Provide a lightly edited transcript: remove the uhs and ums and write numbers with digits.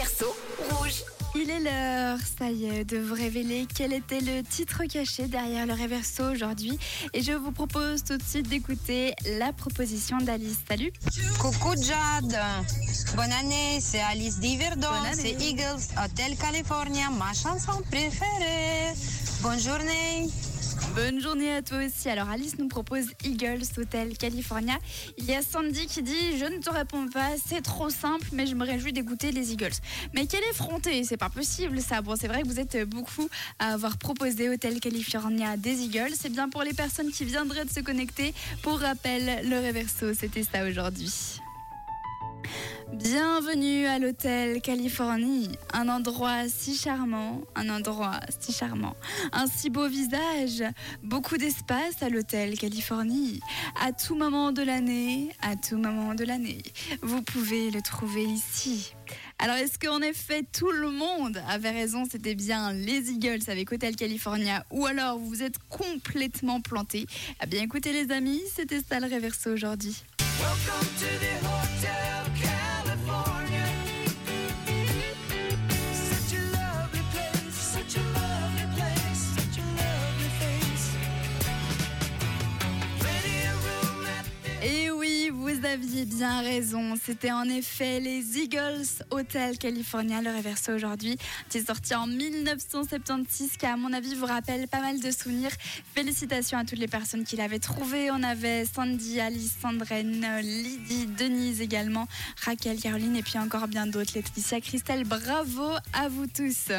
Réverso, rouge. Il est l'heure, ça y est, de vous révéler quel était le titre caché derrière le Réverso aujourd'hui. Et je vous propose tout de suite d'écouter la proposition d'Alice. Salut! Coucou Jade, bonne année, c'est Alice d'Yverdon, Bonne année. c'est Eagles, Hotel California, ma chanson préférée. Bonne journée. Bonne journée à toi aussi. Alors Alice nous propose Eagles, Hotel California. Il y a Sandy qui dit « Je ne te réponds pas, c'est trop simple, mais je me réjouis d'écouter les Eagles. » Mais quelle effrontée, c'est pas possible ça. Bon, c'est vrai que vous êtes beaucoup à avoir proposé Hotel California des Eagles. C'est bien pour les personnes qui viendraient de se connecter. Pour rappel, le Réverso, c'était ça aujourd'hui. Bienvenue à l'hôtel Californie, un endroit si charmant, un si beau visage, beaucoup d'espace à l'hôtel Californie. À tout moment de l'année, vous pouvez le trouver ici. Alors est-ce qu'en effet tout le monde avait raison, c'était bien les Eagles avec Hotel California, ou alors vous vous êtes complètement plantés? Eh bien écoutez les amis, c'était ça le Réverso aujourd'hui. Welcome to the Hotel California. Such a lovely place, such a lovely place, such a lovely face. Plenty of room at the... Et oui, vous aviez bien raison. C'était en effet les Eagles Hotel California, le Réverso aujourd'hui, qui est sorti en 1976, qui à mon avis vous rappelle pas mal de souvenirs. Félicitations à toutes les personnes qui l'avaient trouvé. On avait Sandy, Alice, Sandrine, Lydie, Denise également, Raquel, Caroline et puis encore bien d'autres. Laetitia, Christelle, bravo à vous tous.